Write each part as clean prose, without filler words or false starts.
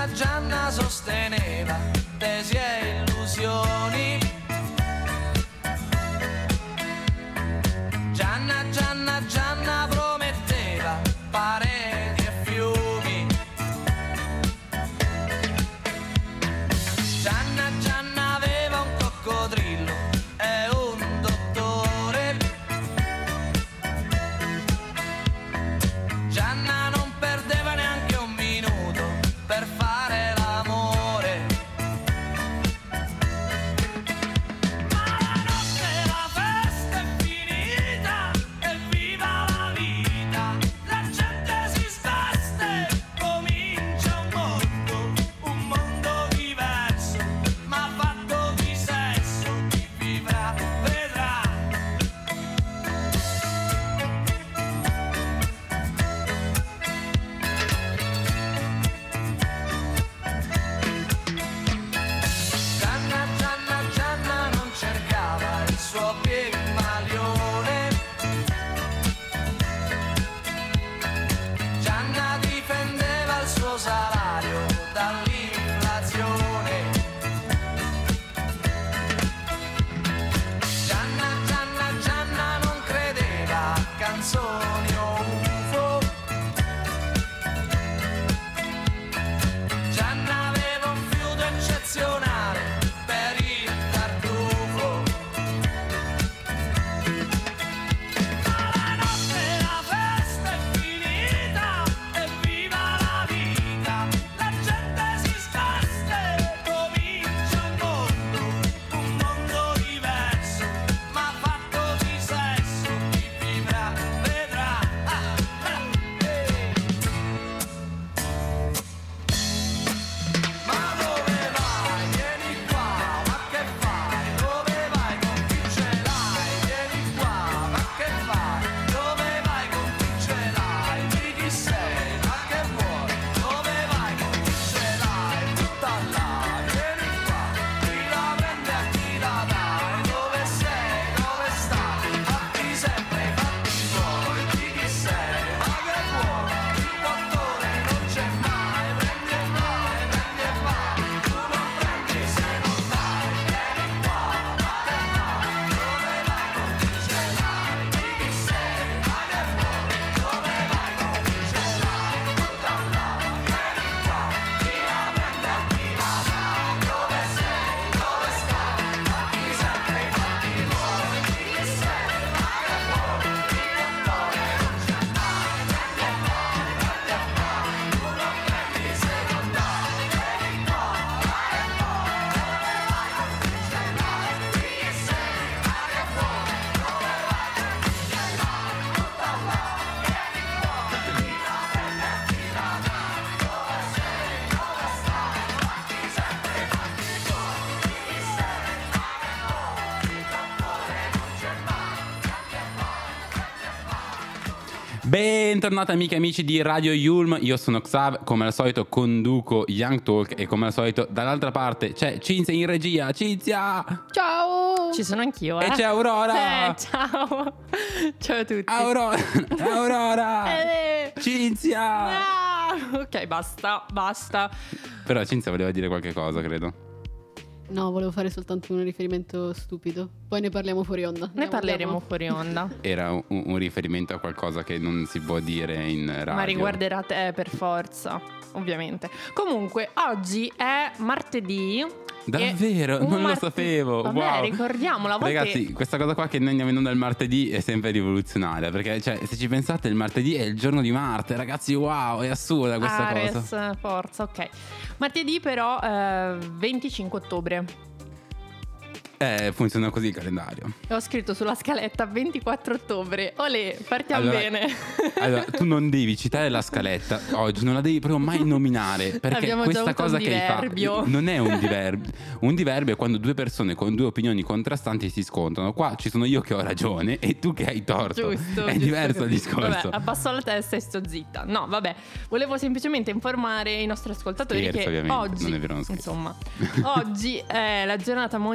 Gianna sosteneva tesi e illusioni. Gianna prometteva pareti e fiumi. Gianna aveva un coccodrillo e un dottore. Gianna non perdeva neanche un minuto per fare l'amore. Ma la notte la festa è finita e viva la vita. La gente si sveste, comincia un mondo diverso, ma fatto di sesso. Chi vivrà vedrà. Gianna non cercava il suo Pigmalione. Gianna difendeva il suo salario dall'inflazione. Gianna non credeva a canzoni o UFO. Gianna aveva un fiuto eccezionale per il tartufo. Ma la notte la festa è finita e viva la vita. La gente si sveste, comincia un mondo diverso, ma fatto di sesso. Chi vivrà vedrà. Ma dove vai? Vieni qua, ma che fai? Dove vai? Con chi ce l'hai? Vieni qua, ma che fai? Dove vai? Con chi ce l'hai? Di chi sei? Ma che vuoi? Dove vai? Con chi ce l'hai? Tutta là, vieni qua, chi la prende a chi la dai? Dove sei? Dove stai? Fatti sempre i fatti tuoi. Di chi sei? Ma che vuoi? Il dottore non c'è mai. Prendi e vai, prendi e vai. Tu non prendi se non dai. Vieni qua, ma che fai? Dove vai? Con chi ce l'hai? Di chi sei? Ma che vuoi? Dove vai? Con chi ce l'hai? Tutta là, vieni qua, chi la prende a chi la dai? Dove sei? Dove stai? Fatti sempre i fatti tuoi. Di chi sei? Ma che vuoi? Il dottore non c'è mai. Prendi e vai, prendi e vai. Tu non prendi se non dai. Vieni qua, ma che vuoi? Dove vai? Con chi ce l'hai? Di chi sei? Ma che vuoi? Dove vai? Con chi ce l'hai? Tutta là, vieni qua, chi la prende a chi la dai? Dove sei? Dove stai? Fatti sempre i fatti tuoi. Di chi sei? Ma che vuoi? Il dottore non c'è mai. Prendi e vai, prendi e vai. Bentornati amiche e amici di Radio Yulm, io sono Xav, come al solito conduco Young Talk e come al solito dall'altra parte c'è Cinzia in regia. Cinzia! Ciao! Ci sono anch'io, E c'è Aurora! Ciao! Ciao a tutti! Aurora! Cinzia! Ah, ok, basta. Però Cinzia voleva dire qualche cosa, credo. No, volevo fare soltanto un riferimento stupido. Poi ne parliamo fuori onda. Ne parleremo fuori onda. Era un riferimento a qualcosa che non si può dire in radio. Ma riguarderà te per forza, ovviamente. Comunque, oggi è martedì. Davvero? Non lo sapevo. Vabbè, wow. ricordiamolo. Ragazzi, questa cosa qua che noi andiamo in onda il martedì è sempre rivoluzionaria. Perché, cioè, se ci pensate, il martedì è il giorno di Marte. Ragazzi, wow, è assurda questa cosa. Ares, forza, ok. Martedì però 25 ottobre. Funziona così il calendario. Ho scritto sulla scaletta 24 ottobre. Olè, partiamo Allora, bene. Allora, tu non devi citare la scaletta oggi, non la devi proprio mai nominare. Perché Abbiamo già questa avuto cosa un che hai diverbio. fatto non è un diverbio. Un diverbio è quando due persone con due opinioni contrastanti si scontrano. Qua ci sono io che ho ragione e tu che hai torto. Giusto. È diverso il discorso. Vabbè, abbasso la testa e sto zitta. No, vabbè, volevo semplicemente informare i nostri ascoltatori Scherzo, che ovviamente, oggi, non è vero, non scherzo. insomma, oggi è la giornata mondiale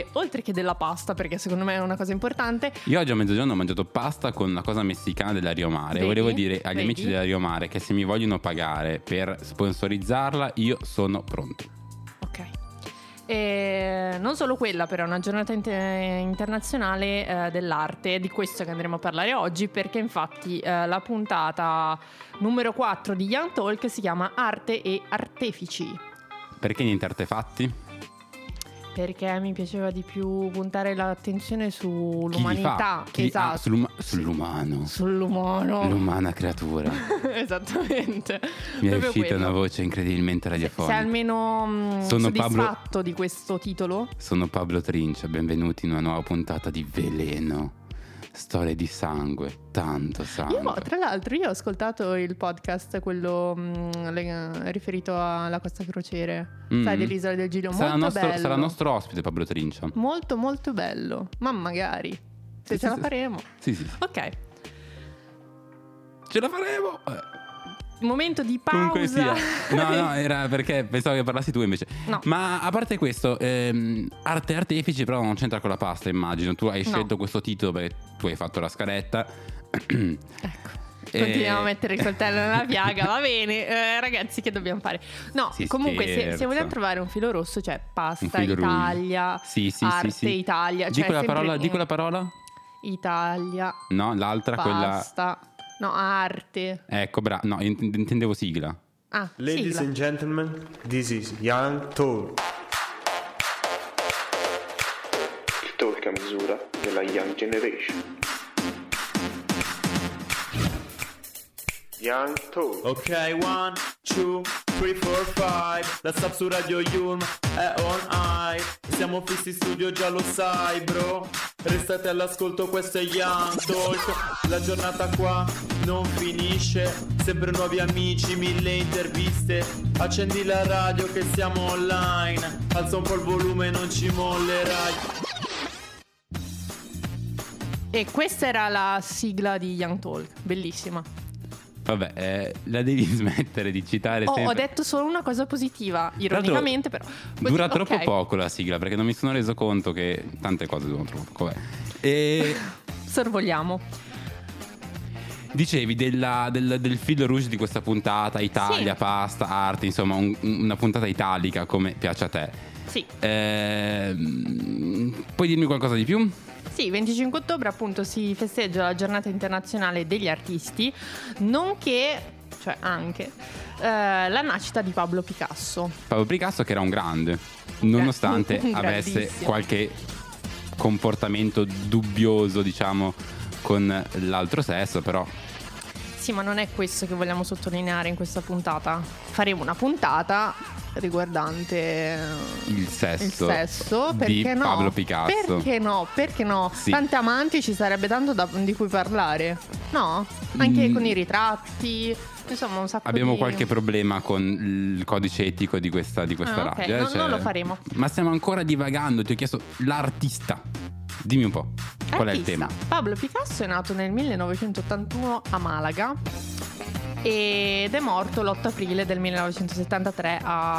parlare, oltre che della pasta, perché secondo me è una cosa importante. Io oggi a mezzogiorno ho mangiato pasta con una cosa messicana della Rio Mare. Vedi? Volevo dire agli Vedi? amici della Rio Mare che se mi vogliono pagare per sponsorizzarla, io sono pronto. Ok. E non solo quella, però è una giornata internazionale dell'arte, di questo che andremo a parlare oggi, perché infatti la puntata numero 4 di Young Talk si chiama Arte e Artefici. Perché niente artefatti? Perché mi piaceva di più puntare l'attenzione Chi sull'umanità. li fa? Esatto. Sull'umano. Sull'umano. L'umana creatura. Esattamente. Mi è Proprio uscita quello. una voce incredibilmente Sei radiofonica. almeno Sono soddisfatto di questo titolo? Sono Pablo Trincia, benvenuti in una nuova puntata di Veleno. Storie di sangue, tanto sangue. Tra l'altro, io ho ascoltato il podcast, quello riferito alla Costa Crociere, sai, dell'Isola del Giglio. Molto bello. Sarà nostro ospite Pablo Trincia. Molto, molto bello. Ma magari, se ce la faremo. Sì. Ok, Ce la faremo! momento di pausa. Comunque sia. No, era perché pensavo che parlassi tu invece. No. Ma a parte questo, arte e artefici però non c'entra con la pasta, immagino. Tu hai No. scelto questo titolo perché tu hai fatto la scaletta. Ecco. Continuiamo a mettere il coltello nella piaga, va bene, ragazzi, che dobbiamo fare? No, Si comunque scherza. se vogliamo trovare un filo rosso, c'è pasta, Un filo Italia, Sì, arte, Italia. Di cioè quella sempre parola, di quella parola? Italia, No, l'altra, quella. pasta, no, arte. Ecco, no, intendevo sigla. Ah, Ladies sigla. and gentlemen, this is Young Talk. Il talk a misura della Young Generation. Young Talk. Ok, 1, 2, 3, 4, 5. La sub su Radio Yulm è on air. Siamo fissi in studio, già lo sai, bro. Restate all'ascolto, questo è Young Talk. La giornata qua non finisce. Sempre nuovi amici, 1000 interviste. Accendi la radio che siamo online. Alza un po' il volume, non ci mollerai. E questa era la sigla di Young Talk, bellissima. Vabbè, la devi smettere di citare Ho sempre. detto solo una cosa positiva, ironicamente però. Dura troppo Ok, poco la sigla perché non mi sono reso conto che tante cose durano troppo poco. Vabbè. E sorvoliamo. dicevi del filo rouge di questa puntata, Italia, Sì. pasta, arte, insomma una puntata italica come piace a te. Sì. Puoi dirmi qualcosa di più? Sì, 25 ottobre appunto si festeggia la giornata internazionale degli artisti, nonché, cioè anche, la nascita di Pablo Picasso. Pablo Picasso che era un grande, nonostante un avesse grandissimo. qualche comportamento dubbioso, diciamo, con l'altro sesso, però Sì, ma non è questo che vogliamo sottolineare in questa puntata. Faremo una puntata riguardante il sesso perché di no? Pablo Picasso. Perché no? Perché no? Sì. Tante amanti, ci sarebbe tanto di cui parlare. No? Anche Mm. con i ritratti, insomma un sacco Abbiamo di... qualche problema con il codice etico di questa Ah, ok. radio. Non lo faremo. Ma stiamo ancora divagando. Ti ho chiesto l'artista. Dimmi un po', qual è il Artista. tema? Pablo Picasso è nato nel 1981 a Malaga ed è morto l'8 aprile del 1973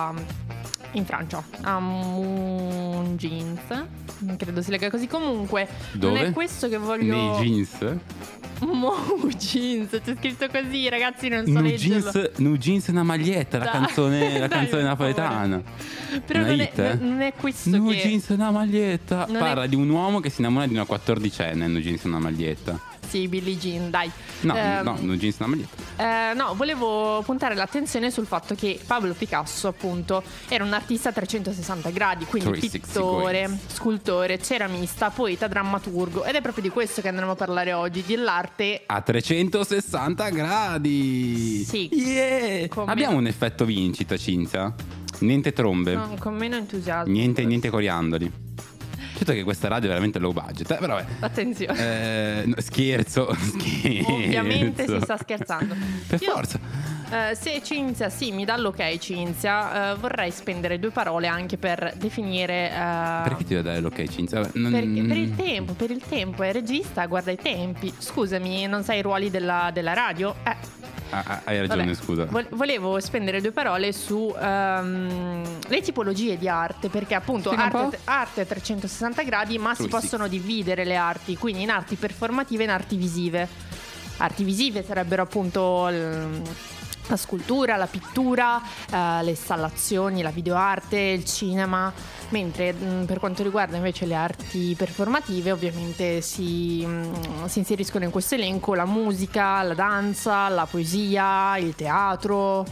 in Francia, a Mougins. Credo si legga così. Comunque, Dove? non è questo che voglio. Nei jeans? Mougins, c'è scritto così, ragazzi, non so leggerlo. New jeans e una maglietta, la Dai. canzone, la Dai, canzone per napoletana. Però Una non hit, è, eh? non è questo New che. jeans e una maglietta. Non Parla è- di un uomo che si innamora di una 14enne. New jeans e una maglietta. Sì, Billie Jean, dai. No, Ehm, New jeans e una maglietta. No, volevo puntare l'attenzione sul fatto che Pablo Picasso, appunto, era un artista a 360 gradi, quindi 360 pittore, degrees. scultore, ceramista, poeta, drammaturgo. Ed è proprio di questo che andremo a parlare oggi, dell'arte. A 360 gradi. Sì. Yeah. Come- Abbiamo un effetto vincita, Cinzia. Niente trombe. Con meno entusiasmo. Niente coriandoli. Certo che questa radio è veramente low budget, però vabbè. Attenzione. No, scherzo. Ovviamente si sta scherzando. Per Io- forza. Se Cinzia, sì, mi dà l'ok Cinzia, vorrei spendere due parole anche per definire... Perché ti devo dare l'ok, Cinzia? Vabbè, Per il tempo, è regista, guarda i tempi. Scusami, non sai i ruoli della radio? Hai ragione, Vabbè, scusa. Volevo spendere 2 parole su le tipologie di arte, perché appunto Spiega un po'. arte a 360 gradi, ma si Sì. possono dividere le arti, quindi in arti performative e in arti visive. Arti visive sarebbero appunto la scultura, la pittura, le installazioni, la videoarte, il cinema, mentre per quanto riguarda invece le arti performative ovviamente si inseriscono in questo elenco la musica, la danza, la poesia, il teatro.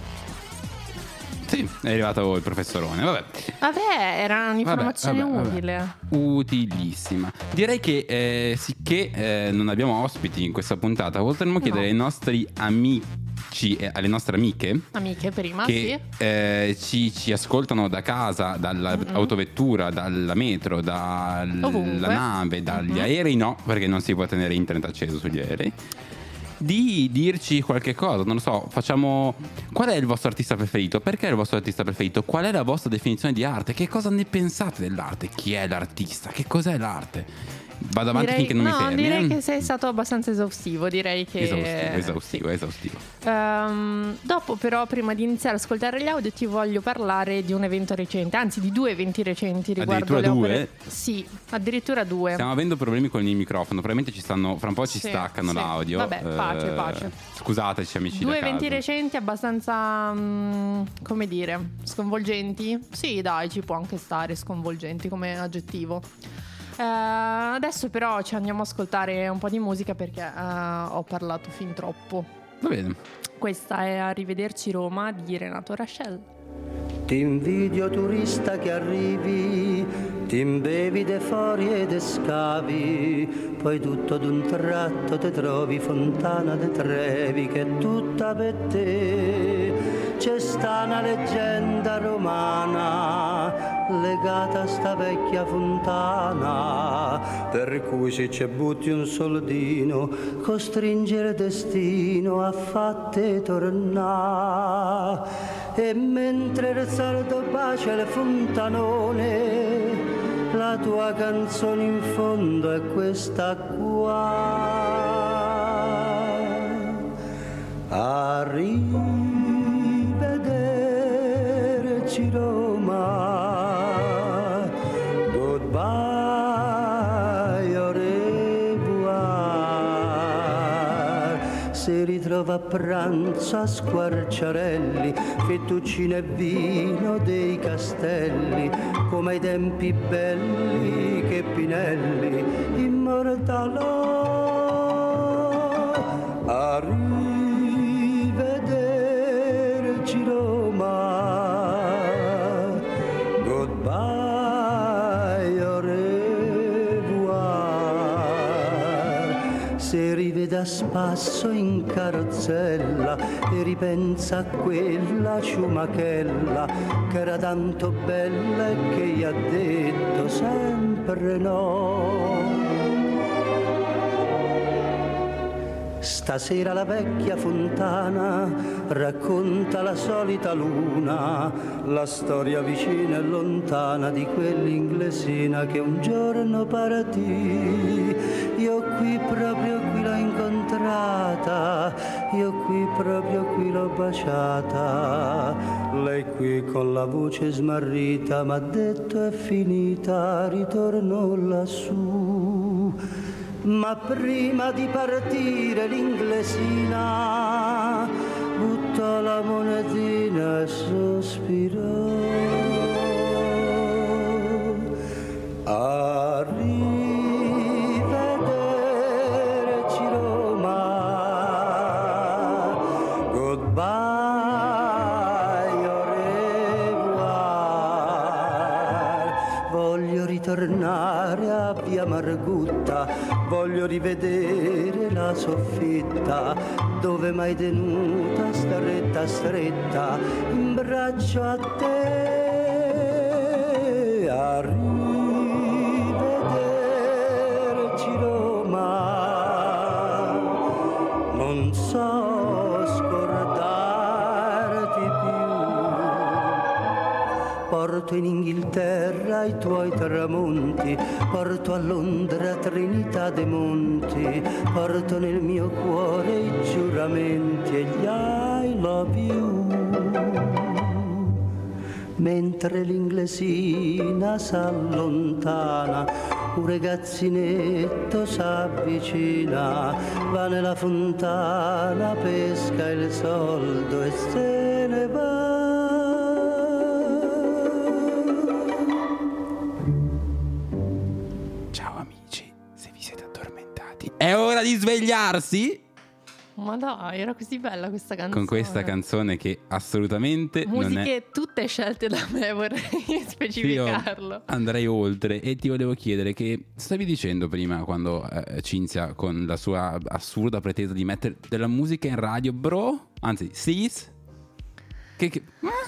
Sì, è arrivato il professorone. Vabbè. Vabbè, era un'informazione Vabbè. utile. Utilissima. Direi che sicché non abbiamo ospiti in questa puntata, potremmo chiedere ai nostri amici e alle nostre amiche Amiche prima, che ci ascoltano da casa, dall'autovettura, dalla metro, dalla Ovunque. nave, dagli aerei, no, perché non si può tenere internet acceso sugli aerei, di dirci qualche cosa. Non lo so, facciamo: qual è il vostro artista preferito? Perché è il vostro artista preferito? Qual è la vostra definizione di arte? Che cosa ne pensate dell'arte? Chi è l'artista? Che cos'è l'arte? Vado avanti finché non mi fermi. Direi che sei stato abbastanza esaustivo. Direi che Esaustivo. Dopo però, prima di iniziare ad ascoltare gli audio, ti voglio parlare di un evento recente, anzi di 2 eventi recenti riguardo Addirittura le opere. 2? Sì, addirittura 2. Stiamo avendo problemi con il microfono. Probabilmente ci stanno. Fra un po' ci Sì, staccano sì. l'audio. Vabbè, pace. Scusateci, amici. 2 da eventi casa. recenti abbastanza, come dire, sconvolgenti. Sì, dai, ci può anche stare sconvolgenti come aggettivo. Adesso però ci andiamo a ascoltare un po' di musica perché ho parlato fin troppo. Va bene. Questa è Arrivederci Roma di Renato Rascel. Ti invidio turista che arrivi, ti imbevi de fori e de scavi, poi tutto d'un tratto te trovi Fontana de Trevi che è tutta per te. C'è sta una leggenda romana legata a sta vecchia fontana, per cui se ci butti un soldino costringe il destino a fatte tornare. E mentre il sardo bacia il fontanone, la tua canzone in fondo è questa qua. Arrivederci Roma, goodbye, au revoir. Si ritrova a pranzo a Squarciarelli, fettuccine e vino dei castelli, come ai tempi belli che Pinelli immortalò. Arrivederci Roma, goodbye, au revoir. Se rivede a spasso in carrozzella e ripensa a quella ciumachella che era tanto bella e che gli ha detto sempre no. Stasera la vecchia fontana racconta la solita luna, la storia vicina e lontana di quell'inglesina che un giorno partì. Io qui proprio qui l'ho incontrata, io qui proprio qui l'ho baciata, lei qui con la voce smarrita m'ha detto è finita, ritorno lassù. Ma prima di partire l'inglesina buttò la monetina e sospirò. Arrivederci Roma, goodbye, au revoir. Voglio ritornare a via Margutta, voglio rivedere la soffitta dove m'hai tenuta stretta stretta in braccio a te. Arrivederci Roma, non so scordarti più, porto in Inghilterra i tuoi tramonti, porto a Londra Trinità dei Monti, porto nel mio cuore i giuramenti e gli I love you. Mentre l'inglesina s'allontana, un ragazzinetto s'avvicina, va nella fontana, pesca il soldo e se ne va. Ciao amici, se vi siete addormentati è ora di svegliarsi Ma dai, era così bella questa canzone. con questa canzone che assolutamente non è... Musiche tutte scelte da me, vorrei Io specificarlo. andrei oltre e ti volevo chiedere che stavi dicendo prima quando Cinzia con la sua assurda pretesa di mettere della musica in radio, bro, anzi sis, che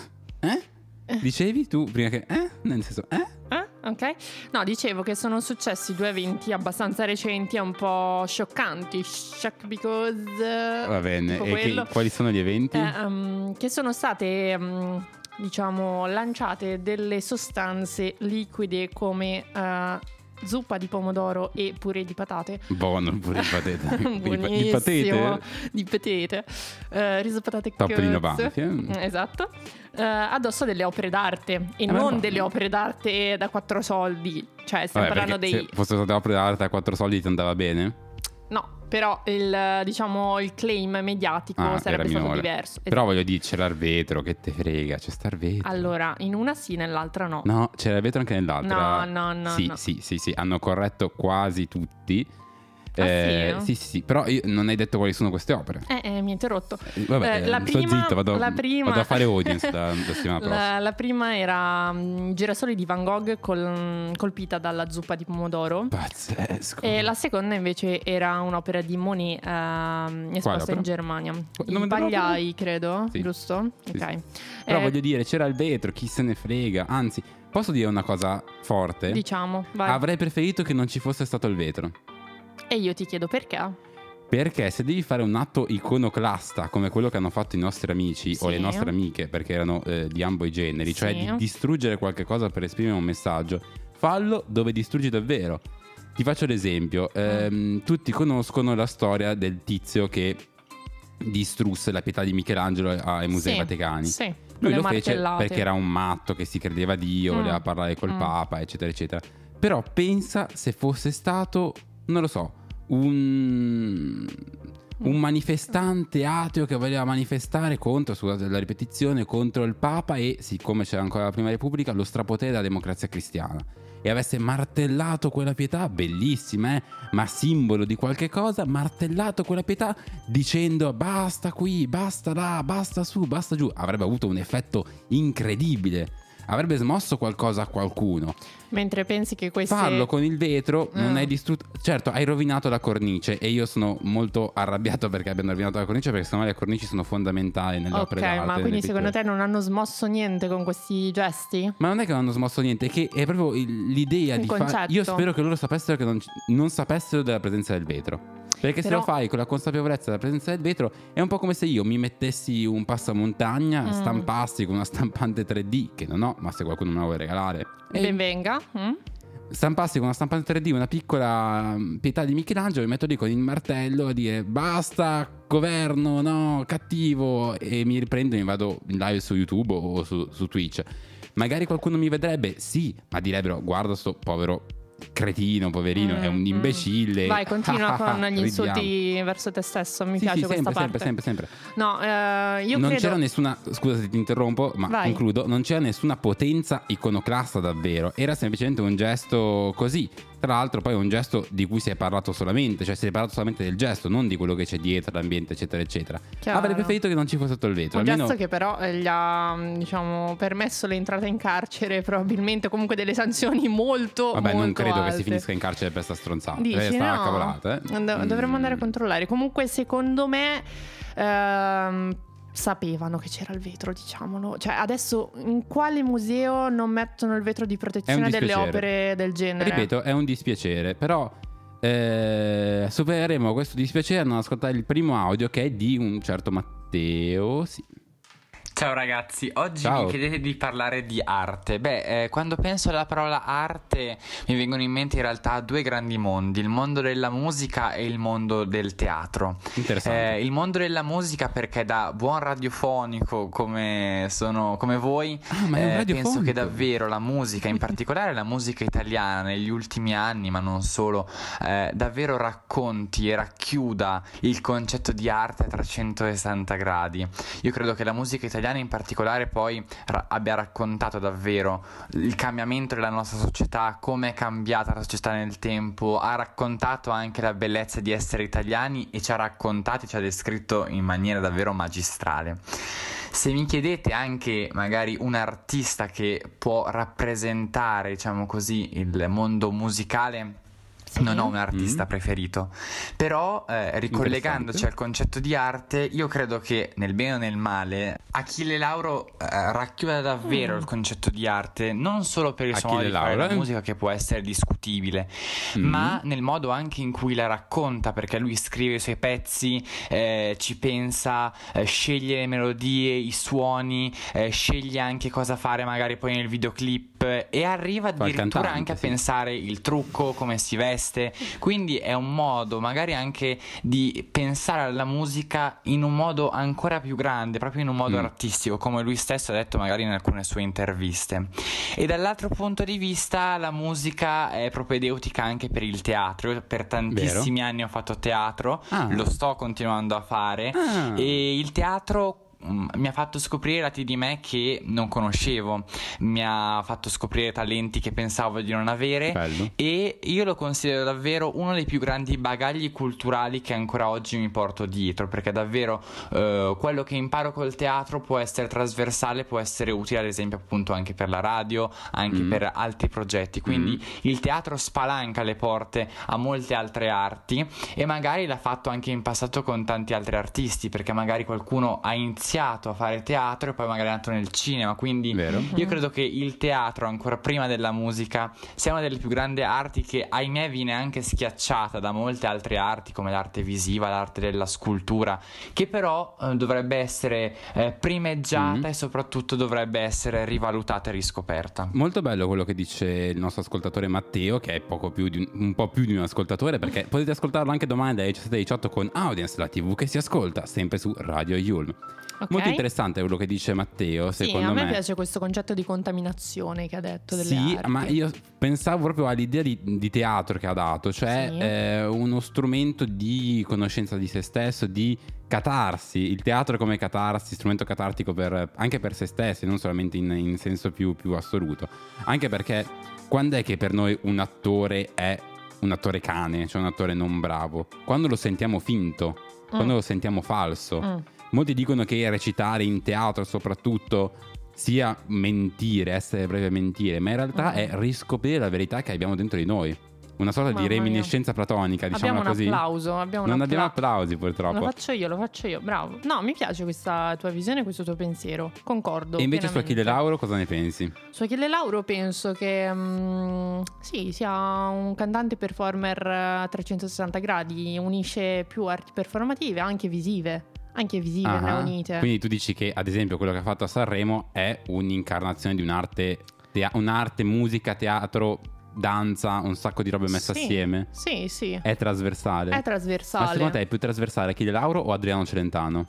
dicevi tu prima che nel senso Ok. No, dicevo che sono successi due eventi abbastanza recenti e un po' scioccanti. Shock because va bene, tipo e quello. quali sono gli eventi? Che sono state diciamo lanciate delle sostanze liquide come zuppa di pomodoro e purè di patate. Buono il pure di patete. Di Buonissimo, patete? di patate, riso patate Topolino cozze. Banfi, Esatto. Addosso delle opere d'arte e ma non no. delle opere d'arte da 4 soldi. Cioè stiamo Vabbè, parlando perché dei... se fosse stata opera d'arte a 4 soldi ti andava bene? No, però diciamo il claim mediatico Era sarebbe stato minore. diverso. Però voglio dire, c'era il vetro, che te frega, c'è sta il vetro. Allora, in una sì, nell'altra no. No, c'era il vetro anche nell'altra. No, Sì, no. sì, hanno corretto quasi tutti. Sì? Sì, però non hai detto quali sono queste opere. Mi ha interrotto. Vabbè, la sto prima, zitto, vado a fare audience da settimana prossima. La prima era Girasoli di Van Gogh colpita dalla zuppa di pomodoro. Pazzesco. E la seconda invece era un'opera di Monet esposta opera? in Germania. nome I Pagliai, credo, Sì. giusto? Sì, Ok. Però voglio dire, c'era il vetro, chi se ne frega. Anzi, posso dire una cosa forte? Diciamo, vai. Avrei preferito che non ci fosse stato il vetro. E io ti chiedo perché? Perché se devi fare un atto iconoclasta come quello che hanno fatto i nostri amici o Sì. le nostre amiche, perché erano di ambo i generi, cioè Sì. di distruggere qualche cosa per esprimere un messaggio, fallo dove distruggi davvero. Ti faccio l'esempio, tutti conoscono la storia del tizio che distrusse la Pietà di Michelangelo ai Musei Sì, Vaticani. sì, Lui con le lo fece martellate. perché era un matto che si credeva Dio, voleva parlare col Papa, eccetera, eccetera. Però pensa se fosse stato, non lo so, un manifestante ateo che voleva manifestare contro, scusate la ripetizione, contro il Papa e, siccome c'era ancora la Prima Repubblica, lo strapotere della democrazia cristiana. E avesse martellato quella pietà, bellissima, ma simbolo di qualche cosa, martellato quella pietà dicendo basta qui, basta là, basta su, basta giù. Avrebbe avuto un effetto incredibile, avrebbe smosso qualcosa a qualcuno. Mentre pensi che queste... Farlo con il vetro non hai distrutto. Certo, hai rovinato la cornice e io sono molto arrabbiato perché abbiano rovinato la cornice, perché secondo me le cornici sono fondamentali nelle opere Ok, d'arte. ma nelle quindi pitture. secondo te non hanno smosso niente con questi gesti? Ma non è che non hanno smosso niente, è che è proprio l'idea Un di fare. concetto. Io spero che loro sapessero che non sapessero della presenza del vetro. Perché se Però- lo fai con la consapevolezza della presenza del vetro, è un po' come se io mi mettessi un passamontagna, stampassi con una stampante 3D, che non ho, ma se qualcuno me la vuole regalare. Ben venga. Stampassi con una stampante 3D una piccola Pietà di Michelangelo, mi metto lì con il martello a dire basta governo, no, cattivo, e mi riprendo e mi vado in live su YouTube o su Twitch. Magari qualcuno mi vedrebbe, sì, ma direbbero guarda sto povero cretino, poverino, è un imbecille. Vai, continua con gli Ridiamo. insulti verso te stesso. Mi Sì, piace sì, questa parte. sempre. No, io Non credo... c'era nessuna, scusa se ti interrompo, ma Vai. concludo, non c'era nessuna potenza iconoclasta davvero, era semplicemente un gesto così. Tra l'altro poi è un gesto di cui si è parlato solamente, cioè si è parlato solamente del gesto, non di quello che c'è dietro, l'ambiente, eccetera, eccetera. Chiaro. Avrei preferito che non ci fosse stato il vetro, Un almeno... gesto che però gli ha, diciamo, permesso l'entrata in carcere, probabilmente, comunque delle sanzioni molto, Vabbè, non molto credo che alte. si finisca in carcere per sta stronzata. Dici, Sta no? cavolata, Dovremmo andare a controllare. Comunque, secondo me, sapevano che c'era il vetro, diciamolo. Cioè, adesso in quale museo non mettono il vetro di protezione delle dispiacere. opere del genere? Ripeto, è un dispiacere, però supereremo questo dispiacere andando ad ascoltare il primo audio che è di un certo Matteo, sì. Ciao ragazzi, oggi Ciao. mi chiedete di parlare di arte. Quando penso alla parola arte mi vengono in mente in realtà due grandi mondi, il mondo della musica e il mondo del teatro. Interessante. Il mondo della musica perché da buon radiofonico come voi, ma è un radiofonico. penso che davvero la musica, in particolare la musica italiana negli ultimi anni, ma non solo, davvero racconti e racchiuda il concetto di arte a 360 gradi. Io credo che la musica italiana in particolare poi abbia raccontato davvero il cambiamento della nostra società, come è cambiata la società nel tempo, ha raccontato anche la bellezza di essere italiani e ci ha descritto in maniera davvero magistrale. Se mi chiedete anche magari un artista che può rappresentare, diciamo così, il mondo musicale, non ho un artista preferito, però ricollegandoci al concetto di arte, io credo che nel bene o nel male Achille Lauro racchiuda davvero il concetto di arte, non solo per il suo modo di fare la musica, che può essere discutibile, ma nel modo anche in cui la racconta, perché lui scrive i suoi pezzi, ci pensa, sceglie le melodie, i suoni, sceglie anche cosa fare magari poi nel videoclip e arriva addirittura anche a pensare il trucco, come si veste. Quindi è un modo magari anche di pensare alla musica in un modo ancora più grande, proprio in un modo artistico, come lui stesso ha detto magari in alcune sue interviste. E dall'altro punto di vista la musica è propedeutica anche per il teatro. Io per tantissimi anni ho fatto teatro, lo sto continuando a fare e il teatro mi ha fatto scoprire lati di me che non conoscevo, mi ha fatto scoprire talenti che pensavo di non avere. Bello. E io lo considero davvero uno dei più grandi bagagli culturali che ancora oggi mi porto dietro, perché davvero quello che imparo col teatro può essere trasversale, può essere utile ad esempio appunto anche per la radio, anche per altri progetti. Quindi il teatro spalanca le porte a molte altre arti e magari l'ha fatto anche in passato con tanti altri artisti, perché magari qualcuno ha iniziato a fare teatro e poi magari è andato nel cinema. Quindi io credo che il teatro, ancora prima della musica, sia una delle più grandi arti che ahimè viene anche schiacciata da molte altre arti come l'arte visiva, l'arte della scultura, che però dovrebbe essere primeggiata e soprattutto dovrebbe essere rivalutata e riscoperta. Molto bello quello che dice il nostro ascoltatore Matteo, che è un po' più di un ascoltatore, perché potete ascoltarlo anche domani dalle 17:18 con Audience, la TV che si ascolta sempre su Radio Yulm. Molto interessante quello che dice Matteo, secondo me. A me piace questo concetto di contaminazione che ha detto delle arti. Ma io pensavo proprio all'idea di teatro che ha dato, cioè uno strumento di conoscenza di se stesso, di catarsi. Il teatro come catarsi, strumento catartico anche per se stessi, non solamente in senso più assoluto. Anche perché quando è che per noi un attore è un attore cane, cioè un attore non bravo? Quando lo sentiamo finto, quando lo sentiamo falso. Molti dicono che recitare in teatro soprattutto sia mentire, essere brevi a mentire, ma in realtà è riscoprire la verità che abbiamo dentro di noi. Una sorta di reminiscenza platonica, diciamo così. Abbiamo abbiamo applausi purtroppo. Lo faccio io, bravo. No, mi piace questa tua visione, questo tuo pensiero. Concordo. E invece pienamente. su Achille Lauro cosa ne pensi? Su Achille Lauro penso che sia un cantante performer a 360 gradi, unisce più arti performative, anche visive. Ne ha unite. Quindi tu dici che ad esempio quello che ha fatto a Sanremo è un'incarnazione di un'arte, musica, teatro, danza, un sacco di robe messe assieme. Sì. È trasversale. Ma secondo te è più trasversale Achille Lauro o Adriano Celentano?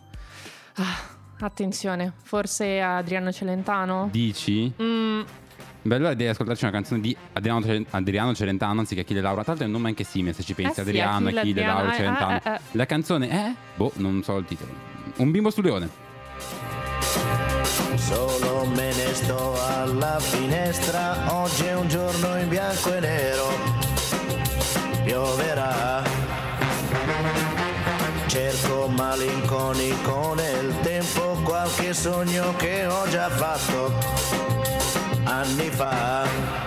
Attenzione, forse Adriano Celentano? Dici? Beh, allora devi ascoltarci una canzone di Adriano Celentano anziché Achille Lauro. Tra l'altro è un nome anche simile, se ci pensi. Adriano, Achille Lauro, Celentano. La canzone è? Non so il titolo. Un bimbo sul leone. Solo me ne sto alla finestra, oggi è un giorno in bianco e nero, pioverà. Cerco malinconico nel tempo qualche sogno che ho già fatto anni fa.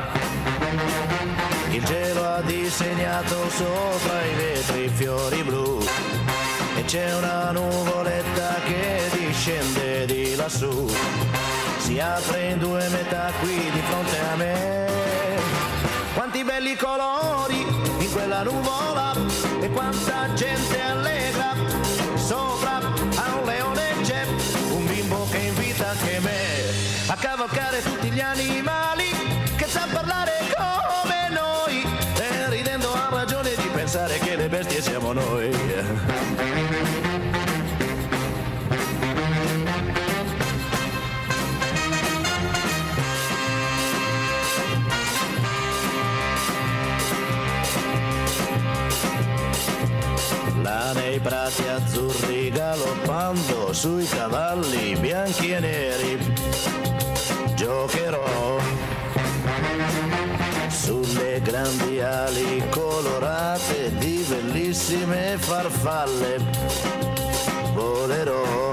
Il cielo ha disegnato sopra i vetri fiori blu e c'è una nuvoletta che discende di lassù, si apre in due metà qui di fronte a me. Quanti belli colori in quella nuvola e quanta gente allegra, sopra a un leone c'è un bimbo che invita siamo noi. Là nei prati azzurri galoppando sui cavalli bianchi e neri giocherò sulle grandi ali colorate di bellissime farfalle volerò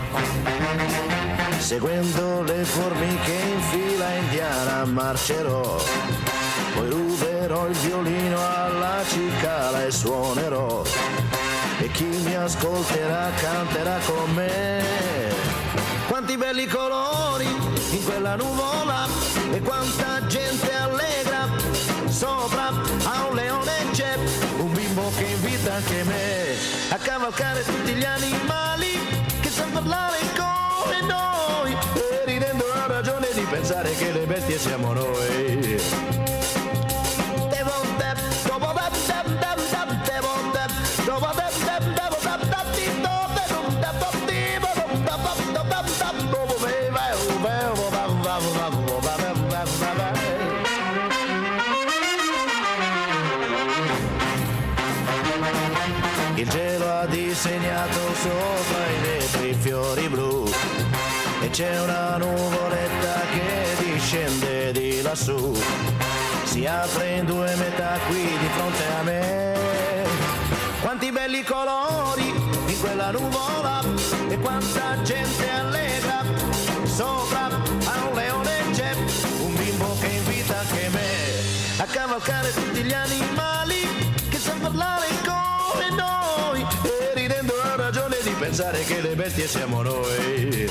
seguendo le formiche in fila indiana marcerò poi ruberò il violino alla cicala e suonerò e chi mi ascolterà canterà con me. Quanti belli colori in quella nuvola e quanta gente allegra sopra a un leone c'è un bimbo che invita anche me a cavalcare tutti gli animali che sanno parlare come noi e ridendo ha ragione di pensare che le bestie siamo noi. Il cielo ha disegnato sopra i vetri fiori blu e c'è una nuvoletta che discende di lassù, si apre in due metà qui di fronte a me. Quanti belli colori in quella nuvola e quanta gente allegra sopra a un leone c'è un bimbo che invita anche me a cavalcare tutti gli animali che sanno parlare come noi e ridendo ha ragione di pensare che le bestie siamo noi.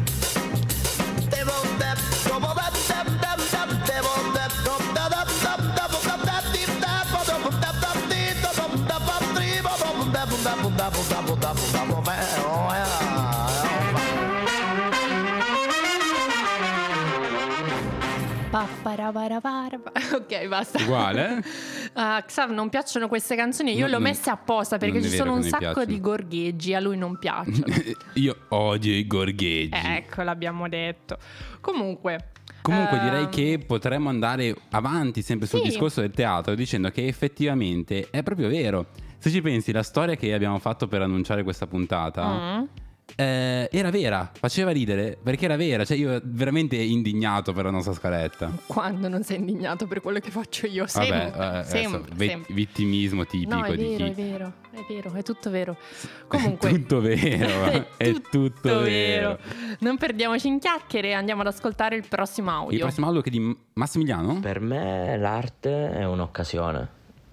Ok, basta. Uguale? Xav, non piacciono queste canzoni. Io le ho messe apposta perché ci sono un sacco di gorgheggi. A lui non piacciono. Io odio i gorgheggi. Ecco, l'abbiamo detto. Comunque direi che potremmo andare avanti sempre sul discorso del teatro dicendo che effettivamente è proprio vero. Se ci pensi, la storia che abbiamo fatto per annunciare questa puntata era vera, faceva ridere perché era vera. Cioè io veramente indignato per la nostra scaletta. Quando non sei indignato per quello che faccio io? Sempre. Vittimismo tipico. No, è di vero, chi. è vero, è tutto vero. Comunque È tutto vero. È tutto vero. Non perdiamoci in chiacchiere, andiamo ad ascoltare il prossimo audio. Il prossimo audio che è di Massimiliano? Per me l'arte è un'occasione,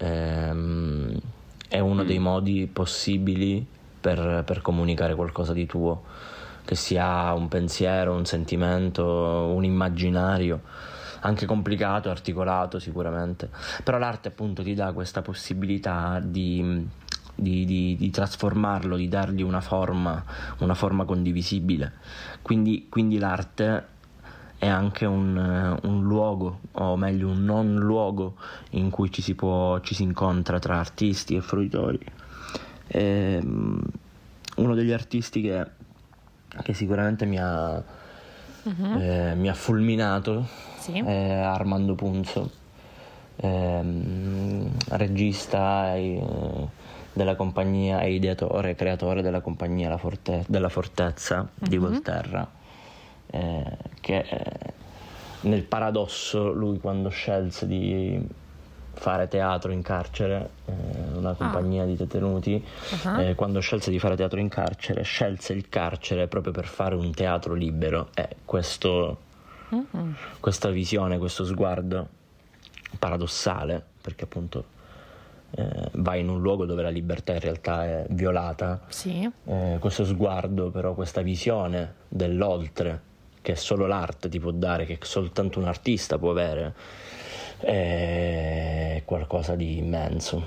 è uno dei modi possibili per comunicare qualcosa di tuo, che sia un pensiero, un sentimento, un immaginario, anche complicato, articolato sicuramente, però l'arte appunto ti dà questa possibilità di trasformarlo, di dargli una forma condivisibile, quindi l'arte è anche un luogo, o meglio un non luogo in cui ci si incontra tra artisti e fruitori. Uno degli artisti che sicuramente mi ha fulminato è Armando Punzo, regista della compagnia e ideatore e creatore della compagnia della Fortezza di Volterra, che nel paradosso lui, quando scelse di fare teatro in carcere, una compagnia di detenuti, quando scelse di fare teatro in carcere, scelse il carcere proprio per fare un teatro libero. Questa visione, questo sguardo paradossale, perché appunto vai in un luogo dove la libertà in realtà è violata, questo sguardo, però questa visione dell'oltre che solo l'arte ti può dare, che soltanto un artista può avere, è qualcosa di immenso,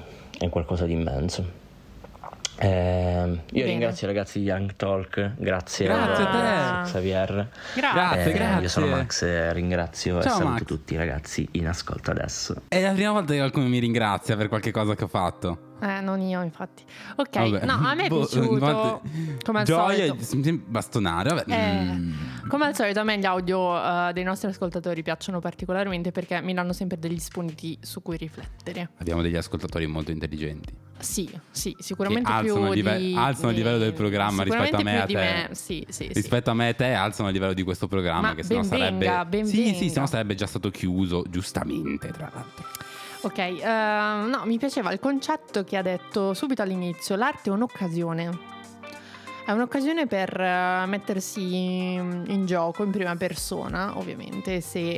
Io ringrazio i ragazzi di Young Talk, grazie a te, Xavier. Grazie. Io sono Max e ringrazio. Ciao, e saluto Max. Tutti i ragazzi in ascolto adesso. È la prima volta che qualcuno mi ringrazia per qualche cosa che ho fatto. Non io, infatti. Ok, Vabbè. no, a me è piaciuto come al Gioia, solito. bastonare, vabbè. Come al solito a me gli audio dei nostri ascoltatori piacciono particolarmente perché mi danno sempre degli spunti su cui riflettere. Abbiamo degli ascoltatori molto intelligenti. Sì, sicuramente che alzano più alzano il livello del programma rispetto a me e a te. Sì, rispetto a me e te alzano il livello di questo programma. Ma che sennò sarebbe benvenga. sennò sarebbe già stato chiuso, giustamente, tra l'altro. Ok, no, mi piaceva il concetto che ha detto subito all'inizio: l'arte è un'occasione. È un'occasione per mettersi in gioco in prima persona, ovviamente, se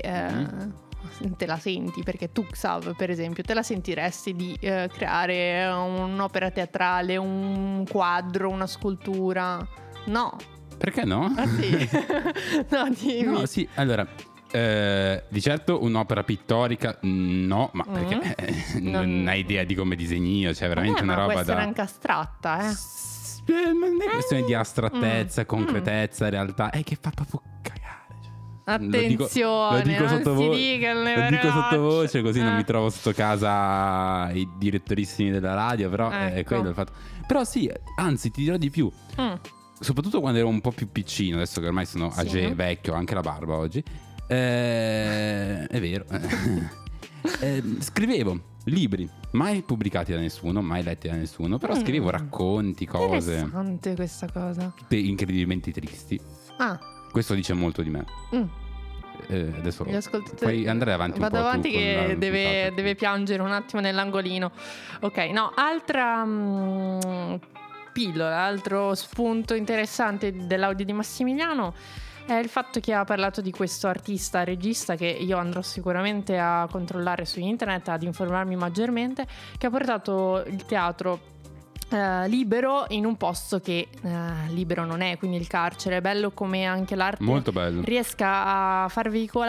te la senti, perché tu, Xav, per esempio, te la sentiresti di creare un'opera teatrale, un quadro, una scultura? No. Perché no? Ah sì? No, dimmi. No, sì, allora, di certo un'opera pittorica no, ma perché non hai idea di come disegni io, cioè veramente una roba può essere da... anche astratta, Ma non è questione di astrattezza, concretezza, realtà, è che fa proprio cagare. Attenzione, lo dico sottovoce, così non mi trovo sotto casa i direttorissimi della radio, però è quello il fatto. Però sì, anzi ti dirò di più. Soprattutto quando ero un po' più piccino, adesso che ormai sono age, vecchio, anche la barba oggi. È vero. Scrivevo libri, mai pubblicati da nessuno, mai letti da nessuno, però scrivevo racconti, cose. Interessante questa cosa. Incredibilmente tristi. Questo dice molto di me. Adesso puoi andare avanti un po'. Vado avanti che deve piangere un attimo nell'angolino. Ok, no, altra pillola, altro spunto interessante dell'audio di Massimiliano è il fatto che ha parlato di questo artista regista, che io andrò sicuramente a controllare su internet, ad informarmi maggiormente, che ha portato il teatro libero in un posto che libero non è, quindi il carcere. È bello come anche l'arte molto bello riesca a far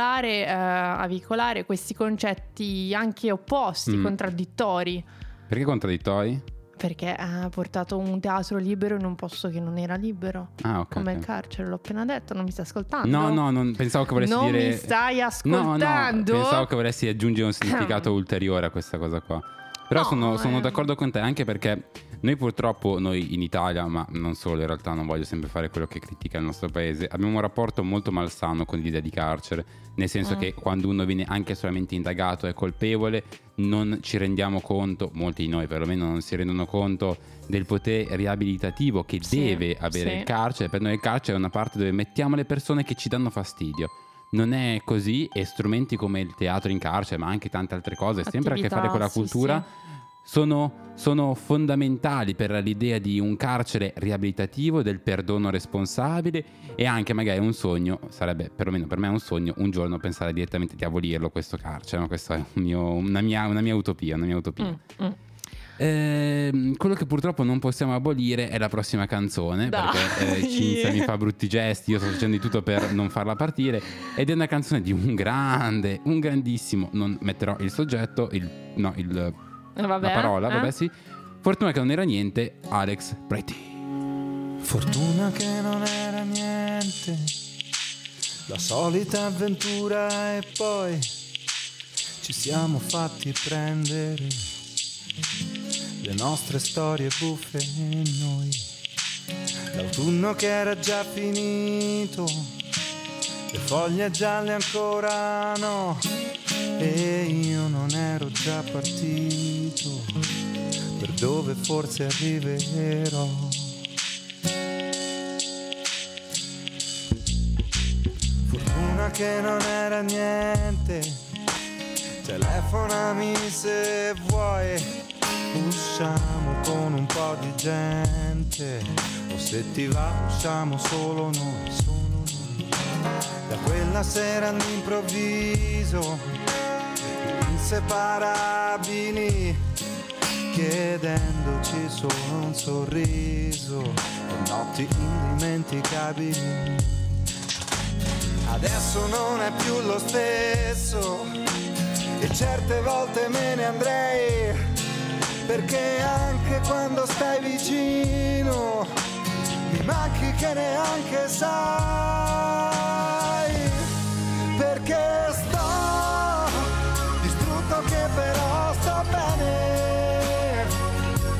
veicolare questi concetti anche opposti, contraddittori. Perché contraddittori? Perché ha portato un teatro libero in un posto che non era libero. Come il carcere, l'ho appena detto, non mi stai ascoltando? No, non pensavo che volessi dire. Non mi stai ascoltando? No, pensavo che volessi aggiungere un significato ulteriore a questa cosa qua. Però sono d'accordo con te, anche perché noi purtroppo, noi in Italia, ma non solo, in realtà non voglio sempre fare quello che critica il nostro paese, abbiamo un rapporto molto malsano con l'idea di carcere, nel senso che quando uno viene anche solamente indagato e colpevole non ci rendiamo conto, molti di noi perlomeno non si rendono conto del potere riabilitativo che deve avere il carcere. Per noi il carcere è una parte dove mettiamo le persone che ci danno fastidio. Non è così, e strumenti come il teatro in carcere, ma anche tante altre cose, sempre a che fare con la cultura, sono fondamentali per l'idea di un carcere riabilitativo, del perdono responsabile, e anche magari un sogno, sarebbe perlomeno per me un sogno, un giorno pensare direttamente di abolirlo questo carcere, no? Questa è una mia utopia. Quello che purtroppo non possiamo abolire è la prossima canzone, perché Cinzia mi fa brutti gesti, io sto facendo di tutto per non farla partire, ed è una canzone di un grandissimo, non metterò il soggetto, la parola, sì. Fortuna che non era niente, Alex Pretty. Fortuna che non era niente, la solita avventura, e poi ci siamo fatti prendere le nostre storie buffe e noi. L'autunno che era già finito, le foglie gialle ancora no, e io non ero già partito per dove forse arriverò. Fortuna che non era niente, telefonami se vuoi, usciamo con un po' di gente, o se ti va usciamo solo noi. Da quella sera all'improvviso, inseparabili, chiedendoci solo un sorriso, e notti indimenticabili. Adesso non è più lo stesso, e certe volte me ne andrei, perché anche quando stai vicino mi manchi che neanche sai, perché sto distrutto che però sto bene,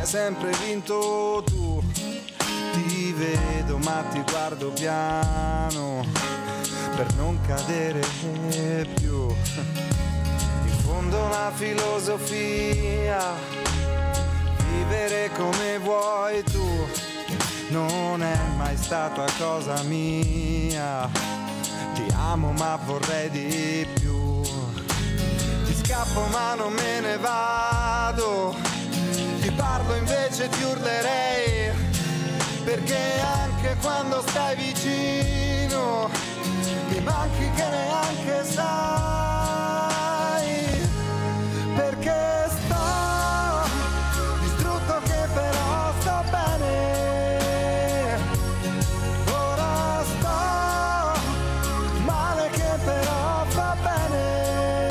hai sempre vinto tu. Ti vedo ma ti guardo piano per non cadere più. In fondo la filosofia, vivere come vuoi tu, non è mai stata cosa mia. Ti amo ma vorrei di più. Ti scappo ma non me ne vado. Ti parlo invece ti urlerei, perché anche quando stai vicino mi manchi che neanche sai. Perché sto distrutto che però sto bene. Ora sto male che però va bene.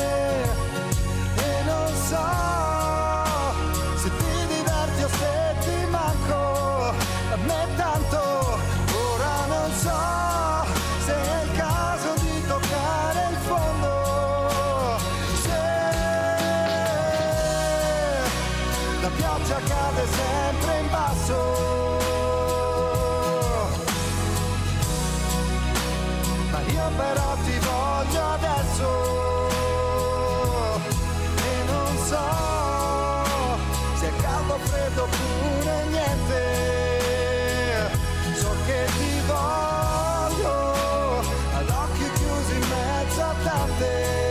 E non so se ti diverti o se ti manco. A me tanto, ora non so se è il caso di toccare il fondo. Se la pioggia cade sempre in basso, ma io però ti voglio adesso. E non so se è caldo o freddo oppure niente. So che ti voglio ad occhi chiusi in mezzo a tante.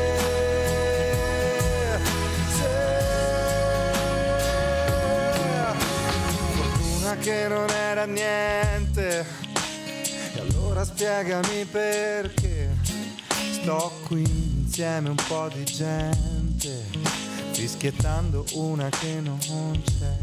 Fortuna che non era niente. E allora spiegami perché sto qui insieme a un po' di gente, fischiettando una che non c'è.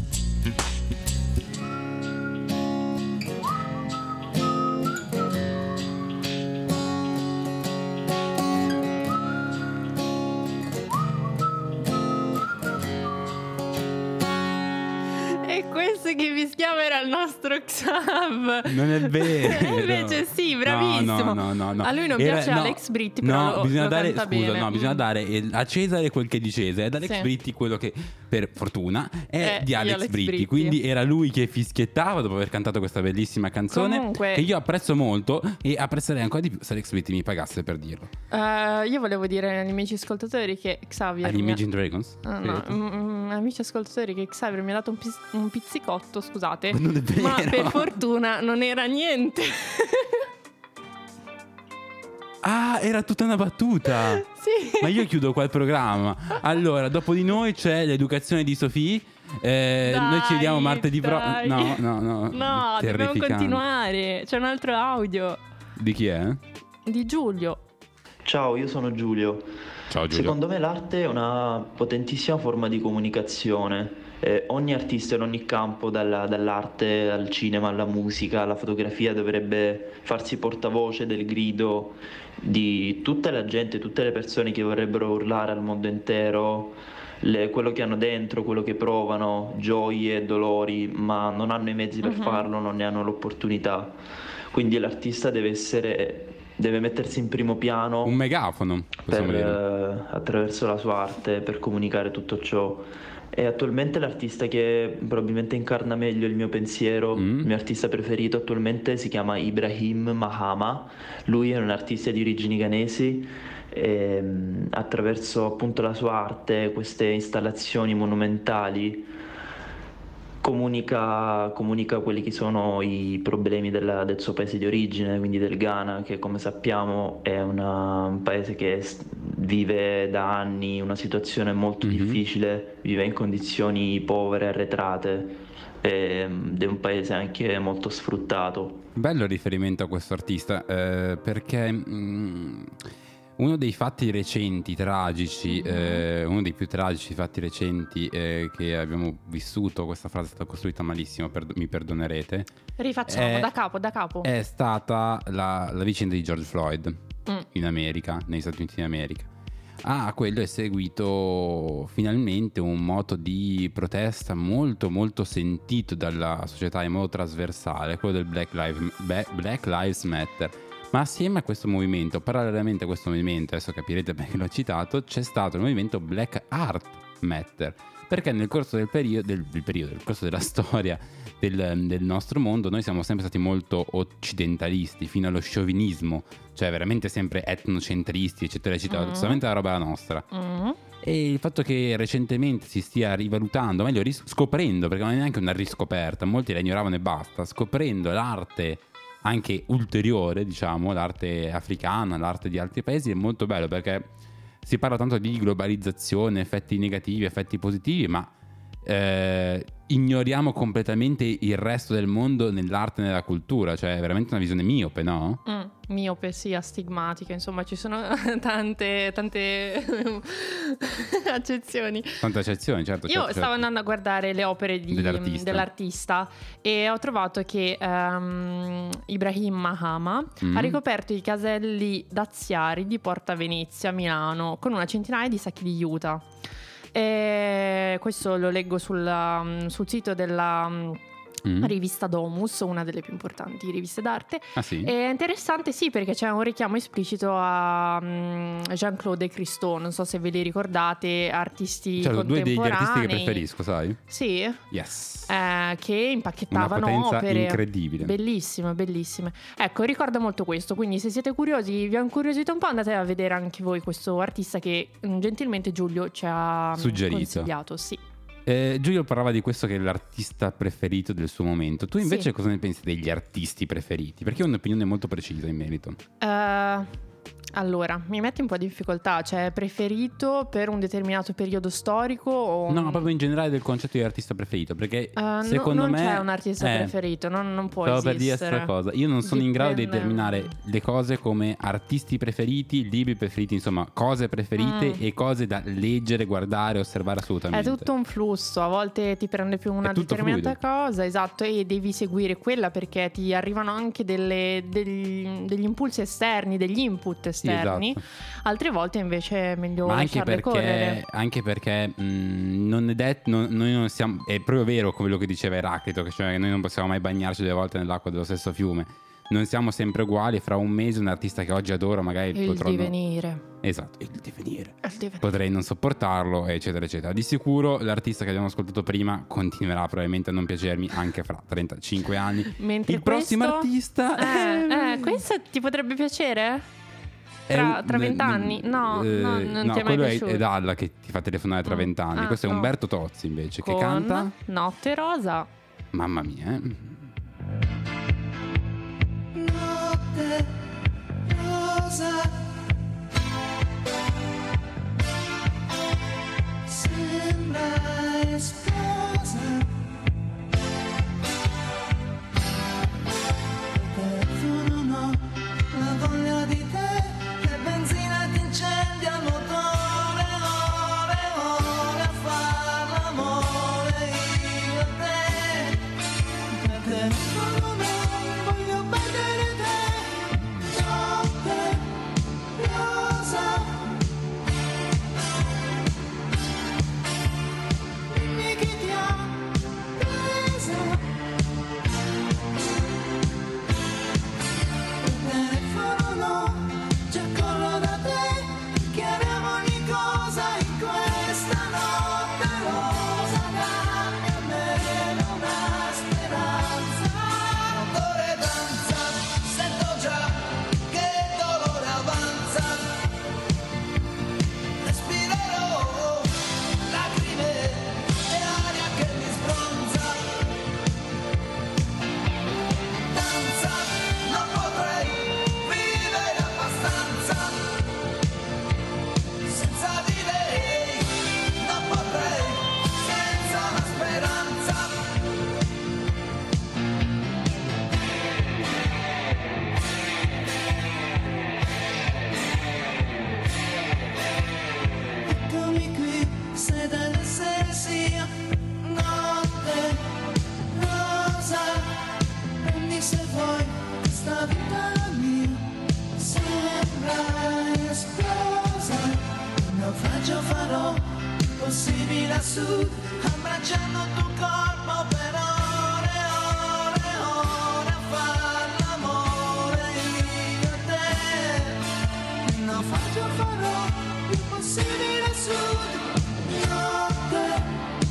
E questo che fischiava era il nostro Xav. Non è vero. Invece sì, bravissimo. No. A lui non piace Alex Britti, però bisogna lo dare, canta scusa, bene. bisogna dare a Cesare quel che è di Cesare. Ad Alex Sì. Britti quello che, per fortuna, è di di Alex, Alex Britti. Britti. Quindi era lui che fischiettava dopo aver cantato questa bellissima canzone, Comunque- che io apprezzo molto e apprezzerei ancora di più se Alex Britti mi pagasse per dirlo. Io volevo dire agli amici ascoltatori che Xavier Agli Imagine Dragons? amici ascoltatori che Xavier mi ha dato un pizzicotto, scusate, Non è vero. ma per fortuna non era niente. Ah, era tutta una battuta. Sì. Ma io chiudo qua il programma. Allora, dopo di noi c'è l'educazione di Sofì. Noi ci vediamo martedì dai. No. No, dobbiamo Terrificante. continuare. C'è un altro audio Di chi è? di Giulio. Ciao, io sono Giulio. Ciao Giulio. Secondo me l'arte è una potentissima forma di comunicazione. Ogni artista in ogni campo, dall'arte al cinema, alla musica, alla fotografia, dovrebbe farsi portavoce del grido di tutta la gente, tutte le persone che vorrebbero urlare al mondo intero quello che hanno dentro, quello che provano, gioie e dolori, ma non hanno i mezzi per farlo, non ne hanno l'opportunità. Quindi l'artista deve mettersi in primo piano Un megafono, possiamo dire. attraverso la sua arte per comunicare tutto ciò. E attualmente l'artista che probabilmente incarna meglio il mio pensiero, il mio artista preferito attualmente si chiama Ibrahim Mahama. Lui è un artista di origini ghanesi e attraverso appunto la sua arte, queste installazioni monumentali, comunica quelli che sono i problemi del suo paese di origine, quindi del Ghana, che come sappiamo è un paese che vive da anni una situazione molto difficile, vive in condizioni povere, arretrate, ed è un paese anche molto sfruttato. Bello il riferimento a questo artista, perché uno dei fatti recenti, tragici, uno dei più tragici fatti recenti che abbiamo vissuto, questa frase è stata costruita malissimo, mi perdonerete. Rifacciamo da capo. È stata la vicenda di George Floyd in America, negli Stati Uniti d'America. A quello è seguito finalmente un moto di protesta molto molto sentito dalla società in modo trasversale, quello del Black Lives Matter. Ma assieme a questo movimento, parallelamente a questo movimento, adesso capirete perché l'ho citato, c'è stato il movimento Black Art Matter, perché nel corso del nel corso della storia del nostro mondo noi siamo sempre stati molto occidentalisti fino allo sciovinismo, cioè veramente sempre etnocentristi eccetera eccetera, solamente la roba nostra. E il fatto che recentemente si stia rivalutando, meglio scoprendo, perché non è neanche una riscoperta, molti la ignoravano e basta, scoprendo l'arte anche ulteriore, diciamo, l'arte africana, l'arte di altri paesi, è molto bello, perché si parla tanto di globalizzazione, effetti negativi, effetti positivi, ma ignoriamo completamente il resto del mondo nell'arte e nella cultura, cioè è veramente una visione miope, no? Miope, sì, astigmatica, insomma ci sono tante accezioni. Tante accezioni, certo. Io stavo andando a guardare le opere dell'artista e ho trovato che Ibrahim Mahama ha ricoperto i caselli daziari di Porta Venezia a Milano con una centinaia di sacchi di juta. E questo lo leggo sul sito della rivista Domus, una delle più importanti riviste d'arte. Ah, sì? È interessante, sì, perché c'è un richiamo esplicito a Jean-Claude Christo, non so se ve li ricordate, artisti contemporanei. Due degli artisti che preferisco, sai? Sì? Yes. Che impacchettavano una potenza opere incredibile, bellissime. Ecco, ricorda molto questo, quindi se siete curiosi, vi ha incuriosito un po', andate a vedere anche voi questo artista che gentilmente Giulio ci ha consigliato. Sì. Giulio parlava di questo che è l'artista preferito del suo momento. Tu invece cosa ne pensi degli artisti preferiti? Perché ho un'opinione molto precisa in merito. Allora, mi metti un po' di difficoltà, cioè preferito per un determinato periodo storico o... No, proprio in generale del concetto di artista preferito, perché secondo non me... Non c'è un artista preferito, non può stavo esistere. per dire questa cosa. Io non sono in grado di determinare le cose come artisti preferiti, libri preferiti, insomma, cose preferite e cose da leggere, guardare, osservare assolutamente. È tutto un flusso, a volte ti prende più una determinata cosa, esatto, e devi seguire quella perché ti arrivano anche degli impulsi esterni, degli input esterni. Sì, esatto. Altre volte invece è meglio ma lasciarle correre. Anche perché non è detto, noi non siamo, è proprio vero quello che diceva Eraclito, che cioè noi non possiamo mai bagnarci 2 volte nell'acqua dello stesso fiume, non siamo sempre uguali. Fra un mese un artista che oggi adoro magari il divenire. Esatto, il divenire potrei non sopportarlo, eccetera eccetera. Di sicuro l'artista che abbiamo ascoltato prima continuerà probabilmente a non piacermi anche fra 35 anni. Mentre prossimo artista questo ti potrebbe piacere? Tra 20 anni? No, non ti è mai piaciuto. È Dalla che ti fa telefonare tra 20 anni. Questo è Umberto Tozzi invece, con che canta Notte Rosa. Mamma mia, Notte rosa, sembra esplosa. Telefono no, la voglia di te, che benzina ti incendia il motore, ore a far l'amore io e te. Per telefono no, voglio perdere te. Notte rosa, dimmi chi ti ha presa. Per telefono no, c'è corro da te, chiariamo ogni cosa in questa notte rosa. Dammi almeno una speranza. Amore danza, sento già che il dolore avanza. Respirerò lacrime e aria che mi sbronza. Danza, non potrei vivere abbastanza. Senza di lei non potrei, senza una speranza. Eccomi qui, se deve essere sia notte rosa. Prendi se vuoi questa vita la mia, sembra esplosa. Un naufragio farò il possibile a sud, abbracciando il tuo corpo per ore a far l'amore io e te. Un naufragio farò il possibile a sud. Notte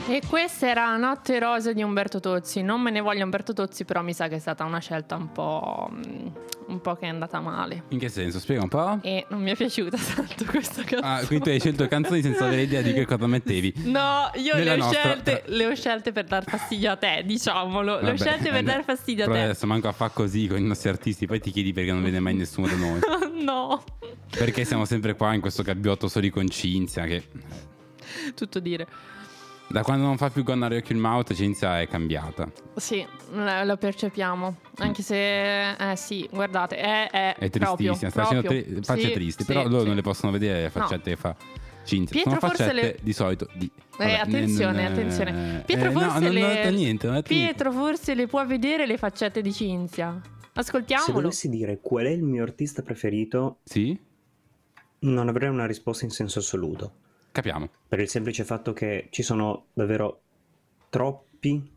E questa era Notte Rosa di Umberto Tozzi. Non me ne voglio Umberto Tozzi, però mi sa che è stata una scelta un po' che è andata male. In che senso? Spiega un po'. E non mi è piaciuta tanto questa canzone. Quindi tu hai scelto canzoni senza avere idea di che cosa mettevi. No, io Nella le ho, nostra- le ho scelte per dar fastidio a te, diciamolo. Le ho Vabbè, scelte per dar fastidio a però te. adesso manco a fa così con i nostri artisti. Poi ti chiedi perché non viene mai nessuno da noi. No, Perché siamo sempre qua in questo gabbiotto soli con Cinzia, che tutto dire. da quando non fa più Gonna Rock Your Mouth Cinzia è cambiata. Sì, lo percepiamo. Anche se, sì, guardate, è tristissima, sta facendo facce tristi. Però loro non le possono vedere le faccette che fa Cinzia. Pietro Sono forse faccette di solito di... Vabbè, attenzione. Pietro no, forse non ho detto niente, non ho detto Pietro forse le può vedere le faccette di Cinzia. Se Ascoltiamolo. dovessi dire qual è il mio artista preferito, sì? Non avrei una risposta in senso assoluto. Capiamo. Per il semplice fatto che ci sono davvero troppi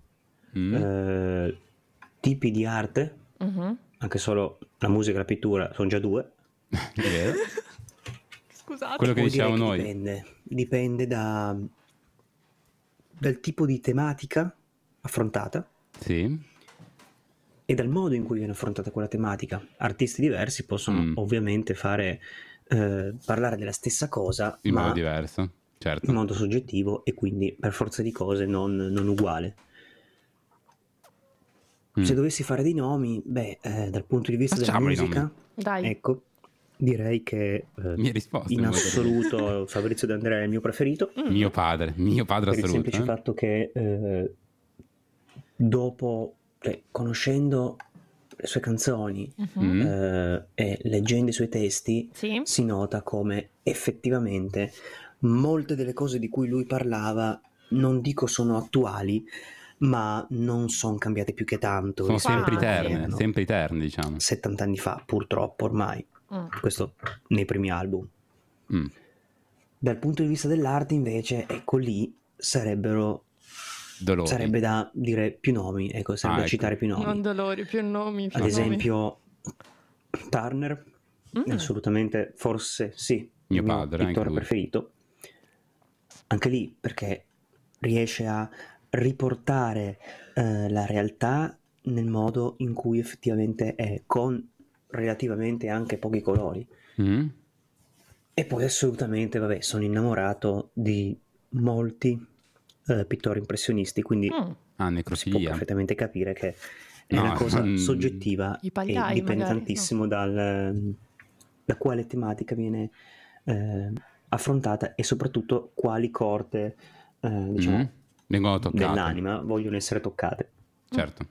tipi di arte, anche solo la musica e la pittura sono già due. È vero. Scusate. Quello che Vuol dire diciamo che noi. dipende dal tipo di tematica affrontata. Sì. E dal modo in cui viene affrontata quella tematica. Artisti diversi possono ovviamente fare parlare della stessa cosa In ma modo diverso, certo. in modo soggettivo e quindi per forza di cose non uguale. Se dovessi fare dei nomi, dal punto di vista Facciamo i della musica, nomi. Dai. ecco, direi che Mi hai risposto, in molto assoluto Fabrizio De André è il mio preferito. Mio padre Per il assoluto. semplice fatto che dopo, conoscendo le sue canzoni e leggendo i suoi testi, Sì. si nota come effettivamente molte delle cose di cui lui parlava, non dico sono attuali, ma non sono cambiate più che tanto. Sono rispetto sempre a come eterne, erano sempre eterne, diciamo. 70 anni fa, purtroppo ormai. Questo nei primi album. Dal punto di vista dell'arte, invece, ecco lì sarebbe da dire più nomi, ecco, sarebbe da citare più nomi. Non dolori, più nomi. Più Ad nomi. esempio Turner, assolutamente, forse sì, Mio il padre, anche pittore lui. preferito. Anche lì perché riesce a riportare la realtà nel modo in cui effettivamente è, con relativamente anche pochi colori. E poi assolutamente, sono innamorato di molti pittori impressionisti, quindi si può necrofilia. perfettamente capire che è No, una cosa soggettiva I e pagliai, dipende magari, tantissimo da quale tematica viene affrontata e soprattutto quali corde diciamo vengono toccate. dell'anima vogliono essere toccate. Certo.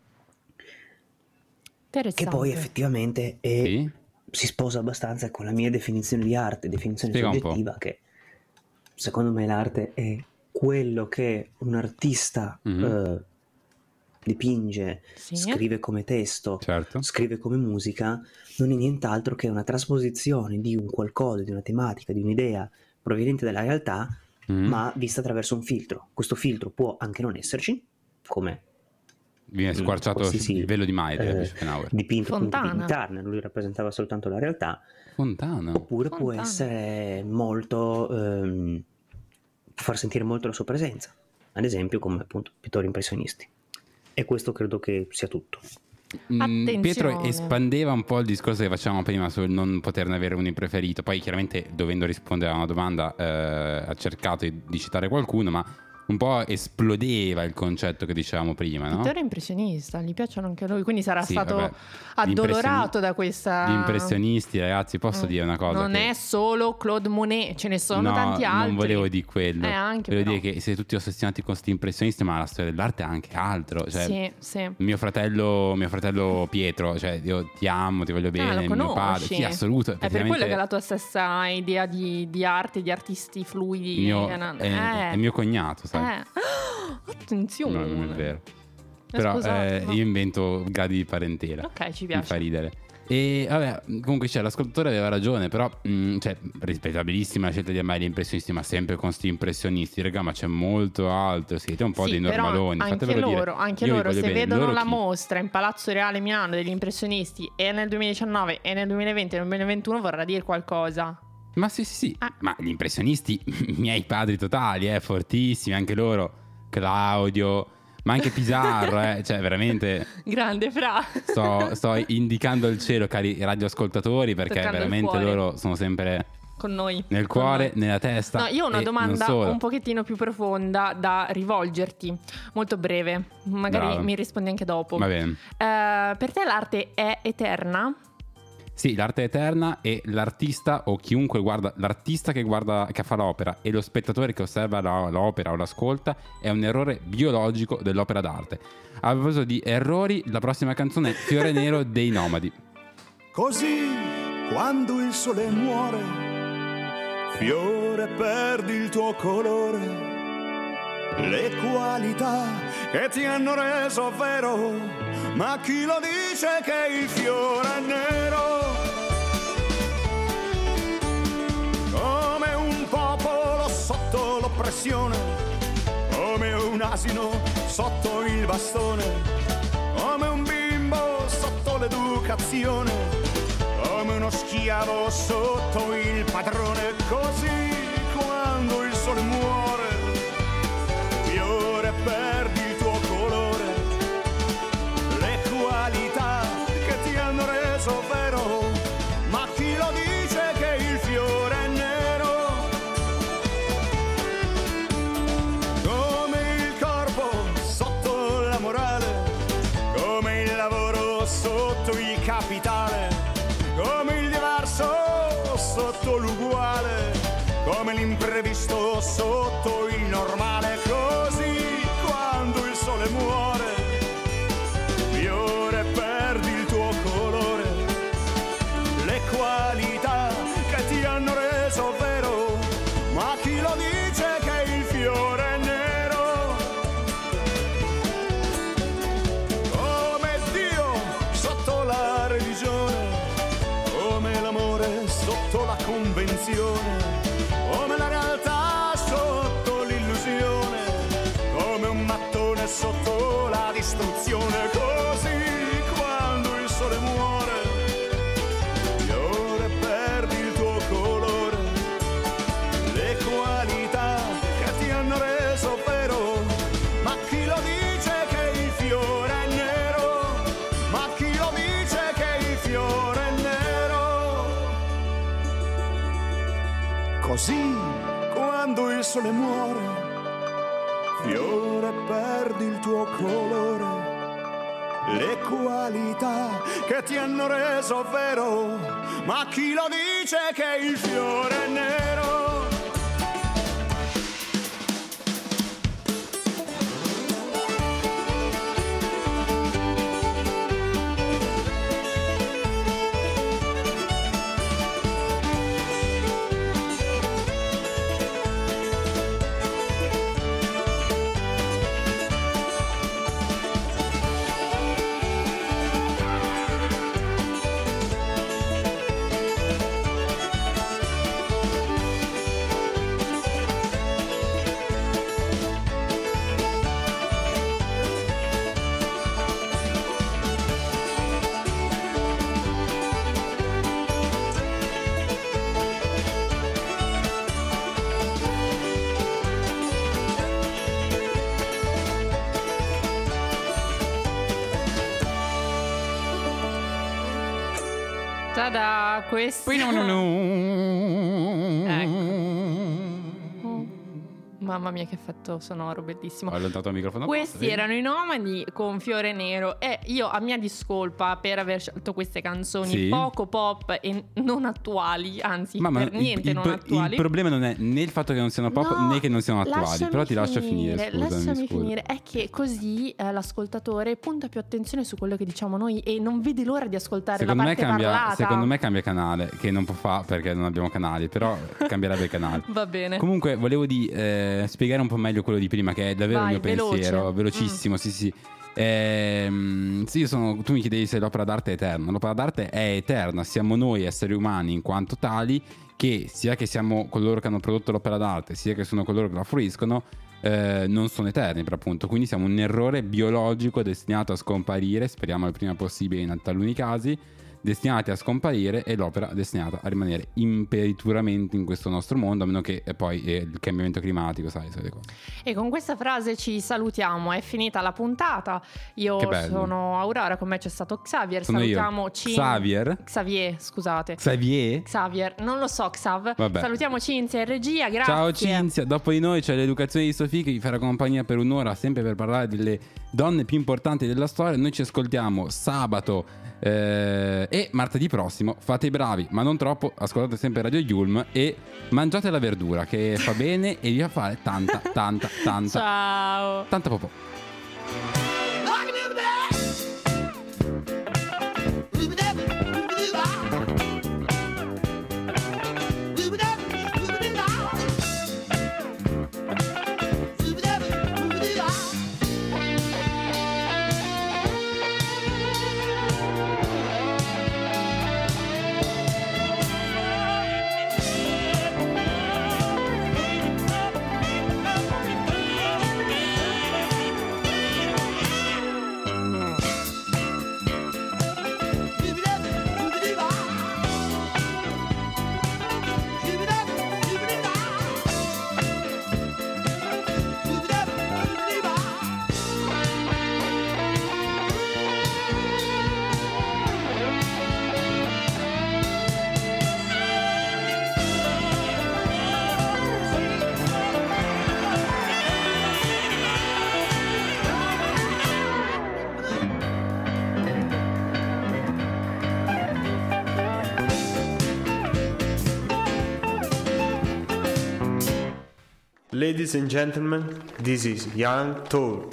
Che poi effettivamente si sposa abbastanza con la mia definizione di arte, definizione Spiega un po'. soggettiva, che secondo me l'arte è quello che un artista dipinge, scrive come testo, scrive come musica, non è nient'altro che una trasposizione di un qualcosa, di una tematica, di un'idea proveniente dalla realtà, ma vista attraverso un filtro. Questo filtro può anche non esserci, come Viene squarciato il velo di Maide di Schopenhauer. dipinto appunto Fontana. di Turner, lui rappresentava soltanto la realtà. Fontana. Oppure può essere molto far sentire molto la sua presenza, ad esempio come appunto pittori impressionisti. E questo credo che sia tutto. Pietro espandeva un po' il discorso che facevamo prima sul non poterne avere uno preferito. Poi chiaramente, dovendo rispondere a una domanda, ha cercato di citare qualcuno, ma un po' esplodeva il concetto che dicevamo prima, no? Pittore impressionista, gli piacciono anche a lui, quindi sarà Sì, stato vabbè. addolorato da questa. Gli impressionisti, ragazzi, posso dire una cosa? Non è solo Claude Monet, ce ne sono No, tanti altri. non volevo di quello. Anche volevo però. dire che siete tutti ossessionati con questi impressionisti, ma la storia dell'arte è anche altro. Cioè, Sì. mio fratello Pietro, cioè io ti amo, ti voglio bene, lo mio padre. conosci. Sì, assoluto. È per quello che è la tua stessa idea di arte, di artisti fluidi. È mio cognato, sai. Attenzione. No, non è vero. Però sposato, no? io invento gradi di parentela. Ok, ci Mi piace. fa ridere. E vabbè, comunque l'ascoltatore aveva ragione, però rispettabilissima la scelta di amare gli impressionisti, ma sempre con sti impressionisti, raga, ma c'è molto altro, siete un po' dei normaloni, però fatevelo dire. anche Io vi loro voglio se bene. vedono Loro la chi? mostra in Palazzo Reale Milano degli impressionisti e nel 2019 e nel 2020 e nel 2021 vorrà dire qualcosa. Ma sì, ma gli impressionisti, miei padri totali, fortissimi, anche loro. Claudio, ma anche Pizarro, cioè veramente Grande Fra. sto indicando il cielo, cari radioascoltatori, perché Toccando il veramente cuore. loro sono sempre Con noi. nel Con cuore, noi. nella testa. No, io ho una e domanda non solo. un pochettino più profonda da rivolgerti, molto breve, magari Brava. mi rispondi anche dopo. Va bene. Per te l'arte è eterna? Sì, l'arte è eterna e l'artista o chiunque guarda, l'artista che fa l'opera e lo spettatore che osserva l'opera o l'ascolta è un errore biologico dell'opera d'arte. A proposito di errori, la prossima canzone è Fiore Nero dei Nomadi. Così quando il sole muore, fiore perdi il tuo colore, le qualità che ti hanno reso vero, ma chi lo dice che il fiore è nero? Come un popolo sotto l'oppressione, come un asino sotto il bastone, come un bimbo sotto l'educazione, come uno schiavo sotto il padrone. Così quando il sole muore, fiore perdi il tuo colore, le qualità che ti hanno reso vero, ma chi lo dice che il fiore è nero? Come il corpo sotto la morale, come il lavoro sotto il capitale, come il diverso sotto l'uguale, come l'imprevisto sotto il normale. Così quando il sole muore, fiore perdi il tuo colore, le qualità che ti hanno reso vero, ma chi lo dice che il fiore è nero? Come Dio sotto la religione, come l'amore sotto la convenzione, come la realtà sotto l'illusione, come un mattone sotto la distruzione. Così quando il sole muore, fiore perdi il tuo colore, le qualità che ti hanno reso vero, ma chi lo dice che il fiore è nero? Ma chi lo dice che il fiore è nero? Così quando il sole muore, fiore perdi il tuo colore, le qualità che ti hanno reso vero, ma chi lo dice che il fiore è nero? Da questo. Mamma mia, che effetto sonoro bellissimo. Ho allontanato il microfono. Questi erano i Nomadi con Fiore Nero. E io, a mia discolpa per aver scelto queste canzoni Sì. poco pop e non attuali, anzi Ma per niente non attuali. il problema non è né il fatto che non siano pop No, né che non siano attuali. lasciami Però ti lascio finire. Lasciami Scusami. finire. È che così l'ascoltatore punta più attenzione su quello che diciamo noi e non vede l'ora di ascoltare Secondo la me, parte parlata. secondo me cambia canale, che non può fare perché non abbiamo canali, però cambierebbe il canale. Va bene. Comunque volevo spiegare un po' meglio quello di prima, che è davvero Vai, il mio veloce. pensiero, velocissimo, sì. Sì, tu mi chiedevi se l'opera d'arte è eterna. L'opera d'arte è eterna, siamo noi esseri umani in quanto tali, che sia che siamo coloro che hanno prodotto l'opera d'arte, sia che sono coloro che la fruiscono, non sono eterni per appunto. Quindi siamo un errore biologico destinato a scomparire, speriamo il prima possibile in taluni casi, destinati a scomparire e l'opera destinata a rimanere imperituramente in questo nostro mondo, a meno che poi il cambiamento climatico, sai, le cose. E con questa frase ci salutiamo, è finita la puntata. Io Che bello. sono Aurora, con me c'è stato Xavier. Sono io. Salutiamo Xavier, scusate. Xavier, non lo so, Xav. Vabbè. Salutiamo Cinzia in regia, grazie. Ciao Cinzia, dopo di noi c'è l'educazione di Sofì che vi farà compagnia per un'ora, sempre per parlare delle donne più importanti della storia. Noi ci ascoltiamo sabato e martedì prossimo. Fate i bravi, ma non troppo. Ascoltate sempre Radio Yulm e mangiate la verdura che fa bene e vi fa fare tanta Ciao. tanta popò. Ladies and gentlemen, this is Young Talk.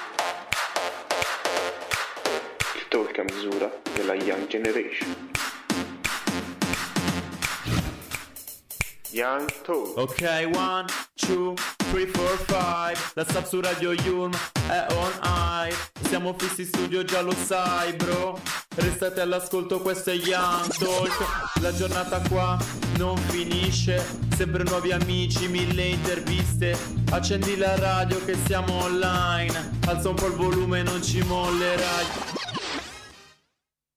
Il talk a misura della Young Generation. Young Talk. Ok, 1, 2, 3, 4, 5. La Sub su Radio Yulm è on air. Siamo fissi in studio, già lo sai, bro. Restate all'ascolto, questo è Young Talk. La giornata qua non finisce. Sempre nuovi amici, 1000 interviste. Accendi la radio che siamo online. Alza un po' il volume, non ci mollerai.